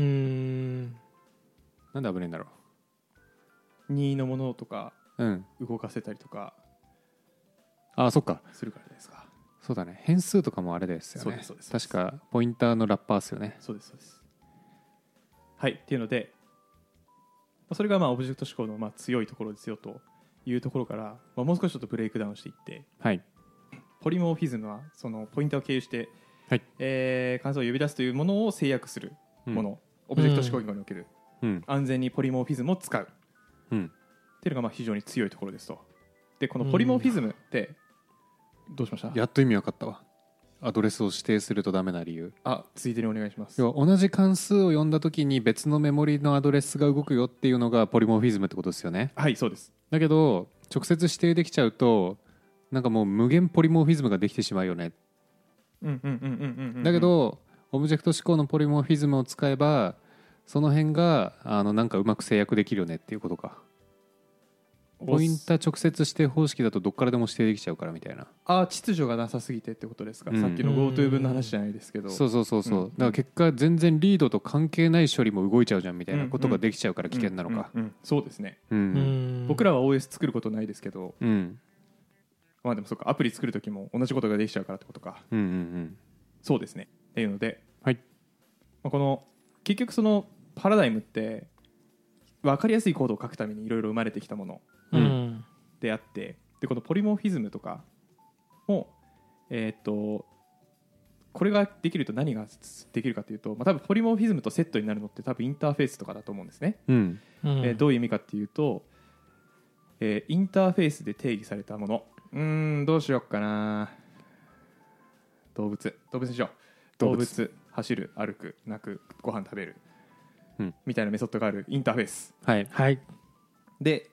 なんで危ないんだろう。任意のものとか動かせたりとか、 そっかするからじゃないですか。 そうだね。変数とかもあれですよね。確かポインターのラッパーですよね。 そうです。はいっていうので、それがまあオブジェクト指向のまあ強いところですよというところから、まあ、もう少しちょっとブレイクダウンしていって、ポリモフィズムはそのポインターを経由して、関数を呼び出すというものを制約するもの、オブジェクト指向言語における、安全にポリモフィズムを使う、っていうのがまあ非常に強いところですと。でこのポリモフィズムってどうしました？ やっと意味分かったわ。アドレスを指定するとダメな理由。 ついでにお願いします。 要は同じ関数を呼んだときに別のメモリのアドレスが動くよっていうのがポリモフィズムってことですよね。 はい、そうです。 だけど直接指定できちゃうとなんかもう無限ポリモフィズムができてしまうよね。だけどオブジェクト指向のポリモフィズムを使えばその辺がなんかうまく制約できるよねっていうことか。 ポインタ直接指定方式だとどっからでも指定できちゃうからみたいな。 秩序がなさすぎてってことですか、さっきの GoTo 分の話じゃないですけど。 そう、だから結果全然リードと関係ない処理も動いちゃうじゃんみたいなことができちゃうから危険なのか。 そうですね、 うん僕らは OS 作ることないですけど、 うん、 まあでもそうか、アプリ作る時も同じことができちゃうからってことか。そうですねっていうので、 はい、 この結局そのパラダイムって分かりやすいコードを書くためにいろいろ生まれてきたものであって、でこのポリモフィズムとかもこれができると何ができるかというと、多分ポリモフィズムとセットになるのって多分インターフェースとかだと思うんですね。どういう意味かっていうと、インターフェースで定義されたもの、どうしよっかな。動物にしよう。動物、走る、歩く、泣く、ご飯食べる、みたいなメソッドがあるインターフェース、 はいで、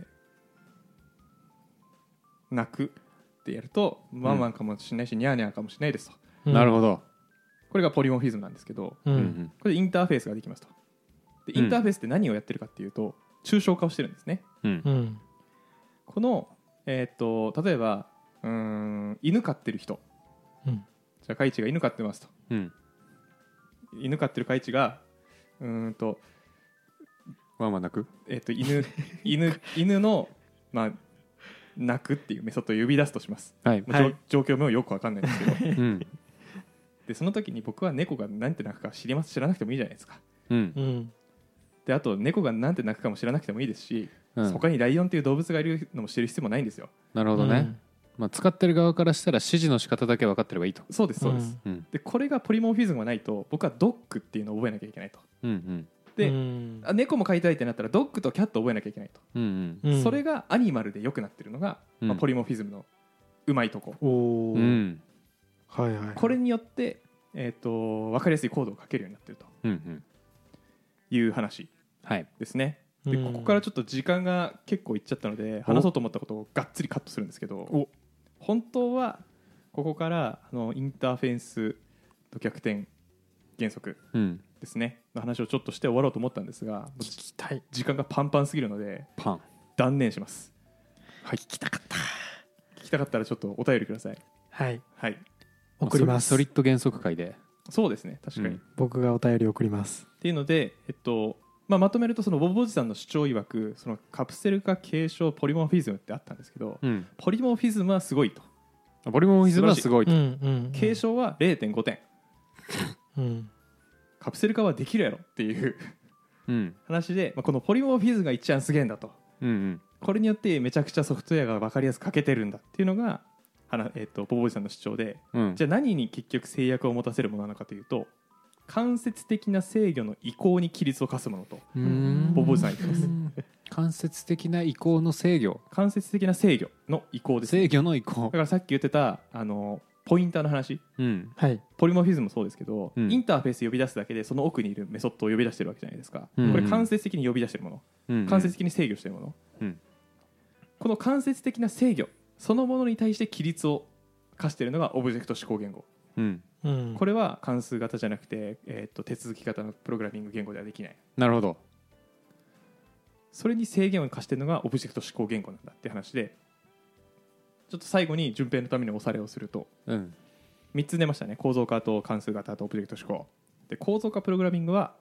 泣くってやるとワンワンかもしれないし、ニャーニャーかもしれないですと。 なるほど。 これがポリモフィズムなんですけど、これでインターフェースができますと。でインターフェースって何をやってるかっていうと、抽象化をしてるんですね。この、例えば犬飼ってる人、じゃあカイチが犬飼ってますと、犬飼ってるカイチがワンワン鳴く、 犬の、鳴くっていうメソッドを呼び出すとします、状況もよく分かんないんですけど、でその時に僕は猫が何て鳴くか知らなくてもいいじゃないですか、であと猫が何て鳴くかも知らなくてもいいですし、他にライオンっていう動物がいるのも知る必要もないんですよ。 なるほどね、使ってる側からしたら指示の仕方だけ分かってればいいと。 そうです、でこれがポリモフィズムがないと、僕はドッグっていうのを覚えなきゃいけないと、で、猫も飼いたいってなったらドッグとキャットを覚えなきゃいけないと、それがアニマルで良くなってるのが、ポリモフィズムのうまいとこ、これによって、分かりやすいコードを書けるようになってると、いう話ですね。でここからちょっと時間が結構いっちゃったので、話そうと思ったことをがっつりカットするんですけど、本当はここからインターフェースと逆転原則ですね、の話をちょっとして終わろうと思ったんですが、 聞きたい。 時間がパンパンすぎるので断念します。 聞きたかったらちょっとお便りください。 送ります。 ソリッド原則会で。 そうですね、確かに、 僕がお便り送りますっていうので、まとめると、そのボブおじさんの主張曰く、そのカプセル化継承ポリモフィズムってあったんですけど、ポリモフィズムはすごいと、 ポリモフィズムはすごいと、 継承は 0.5 点、カプセル化はできるやろっていう話で、このポリモフィズムが一番すげえんだと、これによってめちゃくちゃソフトウェアが分かりやすく書けてるんだっていうのがボブおじさんの主張で、じゃあ何に結局制約を持たせるものなのかというと、間接的な制御の移行に規律を課すものとボブおじさんは言ってます。 間接的な移行の制御、 間接的な制御の移行です、 制御の移行。 だからさっき言ってたポインターの話、ポリモフィズムもそうですけど、インターフェース呼び出すだけでその奥にいるメソッドを呼び出してるわけじゃないですか、これ間接的に呼び出してるもの、間接的に制御してるもの、この間接的な制御そのものに対して規律を課しているのがオブジェクト指向言語、これは関数型じゃなくて、手続き型のプログラミング言語ではできない。 なるほど。 それに制限を課しているのがオブジェクト指向言語なんだって話で、ちょっと最後に順平のためにおされをすると、3つ出ましたね。構造化と関数型とオブジェクト指向で、構造化プログラミングは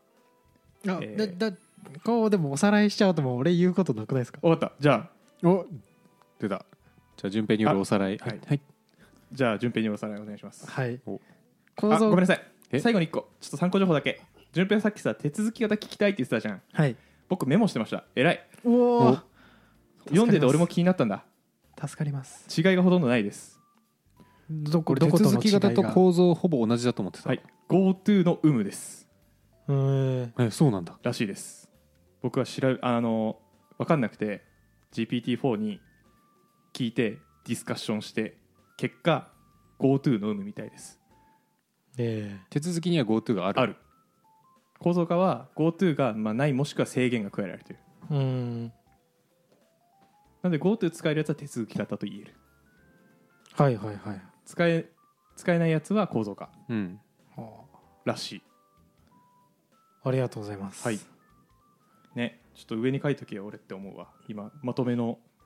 こうでもおさらいしちゃうともう俺言うことなくないですか。 分かった。じゃあ出た。じゃあ順平によるおさらい。 じゃあ順平におさらいお願いします。ごめんなさい、最後に1個ちょっと参考情報だけ。順平さっきさ手続き型聞きたいって言ってたじゃん。僕メモしてました。偉い。読んでて俺も気になったんだ。 助かります。 違いがほとんどないです。 手続き型と構造ほぼ同じだと思ってた。 GoTo の有無です。 そうなんだらしいです。僕は分かんなくて GPT-4 に聞いてディスカッションして結果 GoTo の有無みたいです。 手続きには GoTo がある。 構造化は GoTo がないもしくは制限が加えられている。なので GoTo 使えるやつは手続き型と言える。使えないやつは構造化、らしい。 ありがとうございます。 ね、ちょっと上に書いとけよ俺って思うわ。今まとめの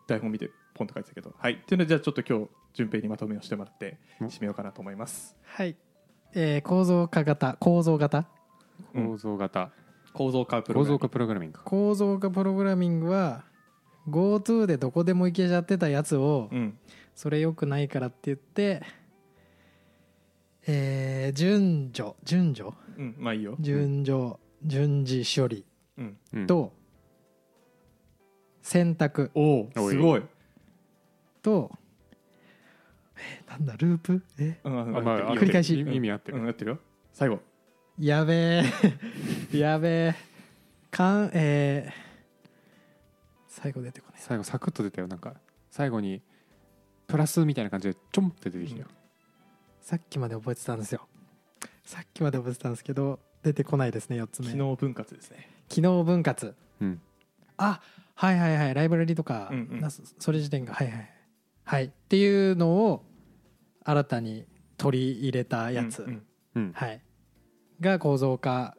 台本見てポンと書いてたけど、はい。というのでじゃあちょっと今日順平にまとめをしてもらって締めようかなと思います。 はい、構造化型構造化プログラミング。 構造化プログラミングは GoTo でどこでも行けちゃってたやつを、それ良くないからって言って、順序、 まあいいよ。 順次処理と選択、 すごいとなんだループ繰り返し意味合ってる、 やってるよ。最後やべえ最後出てこない。 最後サクッと出たよ。なんか最後にプラスみたいな感じでちょんって出てきたよ。 さっきまで覚えてたんですけど出てこないですね。4つ目機能分割ですね。 機能分割、はいライブラリとか、それ時点がはいっていうのを新たに取り入れたやつ、はいが構造化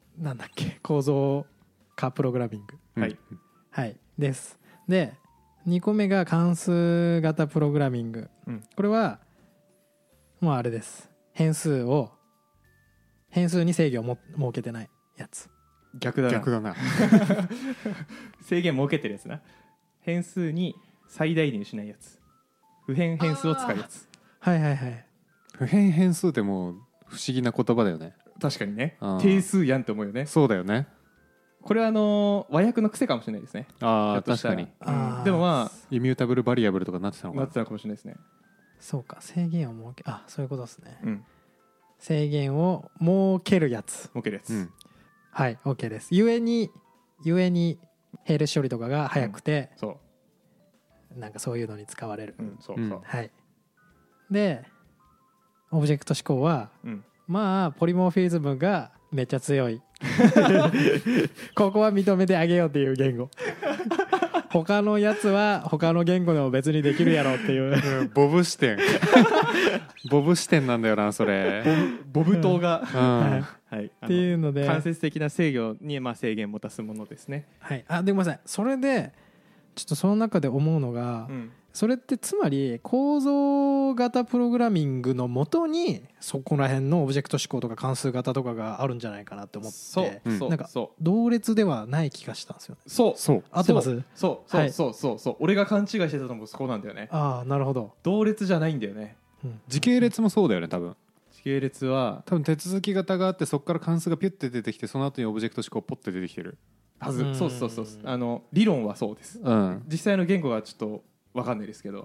プログラミング、はいです。で2個目が関数型プログラミング、これはもうあれです。変数に制御を設けてないやつ。 逆だな制限設けてるやつな。変数に最大限しないやつ。不変変数を使うやつ。 不変変数ってもう不思議な言葉だよね。 確かにね。定数やんって思うよね。 そうだよね。 これは和訳の癖かもしれないですね。 確かに。 でもまあイミュータブルバリアブルとかなってたのかもしれないですね。 そうか、制限を設け、そういうことですね。制限を設けるやつ。はい、OK です。ゆえに並列処理とかが早くて、なんかそういうのに使われる。はい。でオブジェクト指向は、まあポリモーフィズムがめっちゃ強いここは認めてあげようっていう言語他のやつは他の言語でも別にできるやろっていうボブ視点なんだよなそれ。 ボブ島が、 っていうので間接的な制御に制限を持たすものですね。 はい。でごめんなさい。それでちょっとその中で思うのが、それってつまり構造型プログラミングのもとにそこら辺のオブジェクト指向とか関数型とかがあるんじゃないかなって思って、なんか同列ではない気がしたんですよね。 そう合ってます？ そう俺が勘違いしてたのもそこなんだよね。 なるほど。 同列じゃないんだよね。 時系列もそうだよね。多分時系列は多分手続き型があって、そこから関数がピュッて出てきて、その後にオブジェクト指向ポッて出てきてるはず。そう理論はそうです。実際の言語はちょっと分かんないですけど、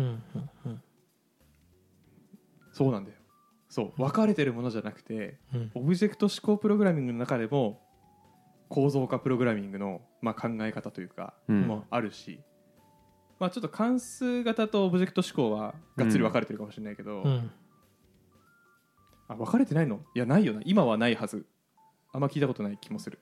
そうなんだよ。分かれてるものじゃなくて、オブジェクト指向プログラミングの中でも構造化プログラミングの、考え方というか、もあるし、ちょっと関数型とオブジェクト指向はがっつり分かれてるかもしれないけど、分かれてないの？いやないよな。今はないはず。あんま聞いたことない気もする。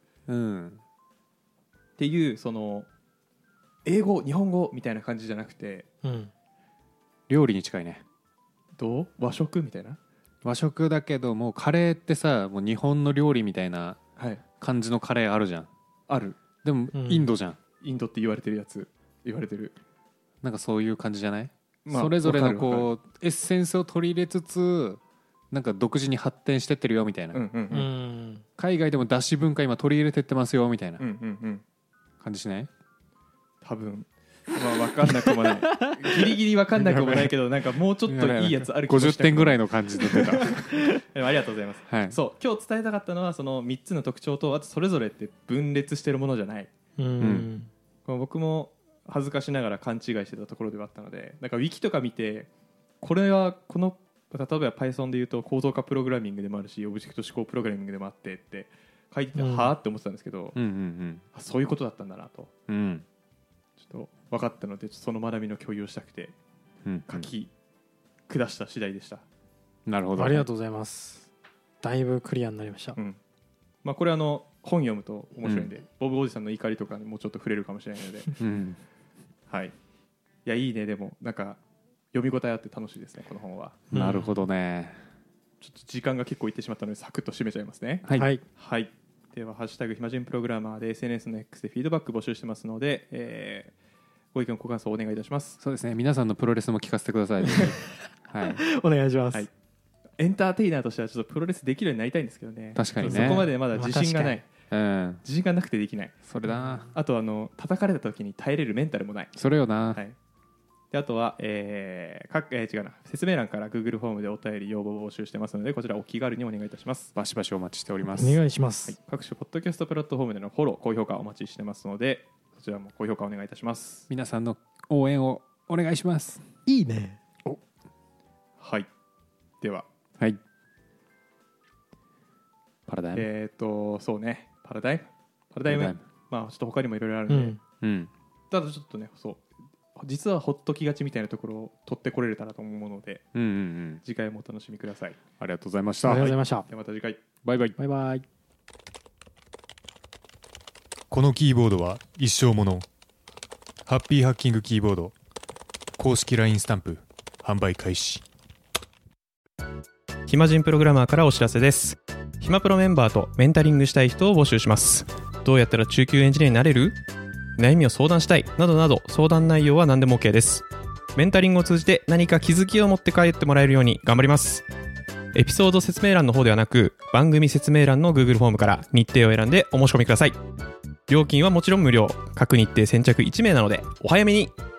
っていうその英語日本語みたいな感じじゃなくて、 料理に近いね。 どう？和食みたいな。 和食だけどもうカレーってさ、もう日本の料理みたいな感じのカレーあるじゃん。 ある。 でもインドじゃん。 インドって言われてるやつ。言われてる。 なんかそういう感じじゃない？それぞれのこうエッセンスを取り入れつつ、なんか独自に発展してってるよみたいな。海外でもだし文化今取り入れてってますよみたいな感じしない？多分分かんなくもないギリギリ分かんなくもないけど、なんかもうちょっといいやつある気もした。 50点ぐらいの感じで出たでもありがとうございます、そう今日伝えたかったのはその3つの特徴と、あとそれぞれって分裂してるものじゃない。僕も恥ずかしながら勘違いしてたところではあったので、なんかウィキとか見て、これはこの例えば Python でいうと構造化プログラミングでもあるし、オブジェクト指向プログラミングでもあってって書いてて、はぁって思ってたんですけど、そういうことだったんだなと、ちょっと分かったので、その学びの共有をしたくて書き下した次第でした。 なるほど、 ありがとうございます。だいぶクリアになりました。 これ本読むと面白いんで、ボブおじさんの怒りとかにもうちょっと触れるかもしれないので、はい、いやいいね。でもなんか読み応えあって楽しいですね、この本は。 なるほどね。 ちょっと時間が結構いってしまったのでサクッと締めちゃいますね。 はい、 ではハッシュタグ暇人プログラマーで SNS の X でフィードバック募集してますので、 ご意見ご感想お願いいたします。 そうですね、皆さんのプロレスも聞かせてくださいはい、 お願いします、 はい、エンターテイナーとしてはちょっとプロレスできるようになりたいんですけどね。 確かにね、 そこまでまだ自信がない、自信がなくてできない。 それだ。 あと叩かれた時に耐えれるメンタルもない。 それよな、 はい。であとは、違うな、説明欄から Google フォームでお便り要望を募集してますので、こちらお気軽にお願いいたします。 バシバシお待ちしております。 お願いします、 はい、各種ポッドキャストプラットフォームでのフォロー高評価お待ちしてますので、そちらも高評価お願いいたします。 皆さんの応援をお願いします。 いいね。 はい、では、 はい、パラダイム、 そうね、パラダイム、まあちょっと他にもいろいろあるんで、ただちょっとね、そう実はほっときがちみたいなところを取ってこれたらと思うので、次回もお楽しみください。 ありがとうございました。 ありがとうございました。 ではまた次回、 バイバイ。 バイバイ。 このキーボードは一生もの。ハッピーハッキングキーボード公式 LINE スタンプ販売開始。 暇人プログラマーからお知らせです。暇プロメンバーとメンタリングしたい人を募集します。どうやったら中級エンジニアになれる？悩みを相談したいなどなど、相談内容は何でも OK です。メンタリングを通じて何か気づきを持って帰ってもらえるように頑張ります。エピソード説明欄の方ではなく、番組説明欄の Google フォームから日程を選んでお申し込みください。料金はもちろん無料、各日程先着1名なのでお早めに。